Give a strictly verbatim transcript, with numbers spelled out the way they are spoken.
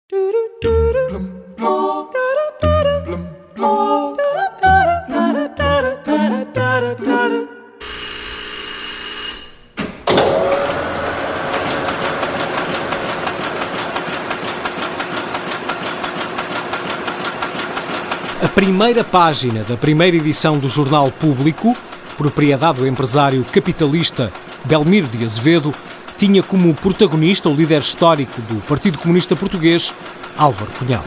A primeira página da primeira edição do Jornal Público, propriedade do empresário capitalista Belmiro de Azevedo, tinha como protagonista o líder histórico do Partido Comunista Português, Álvaro Cunhal.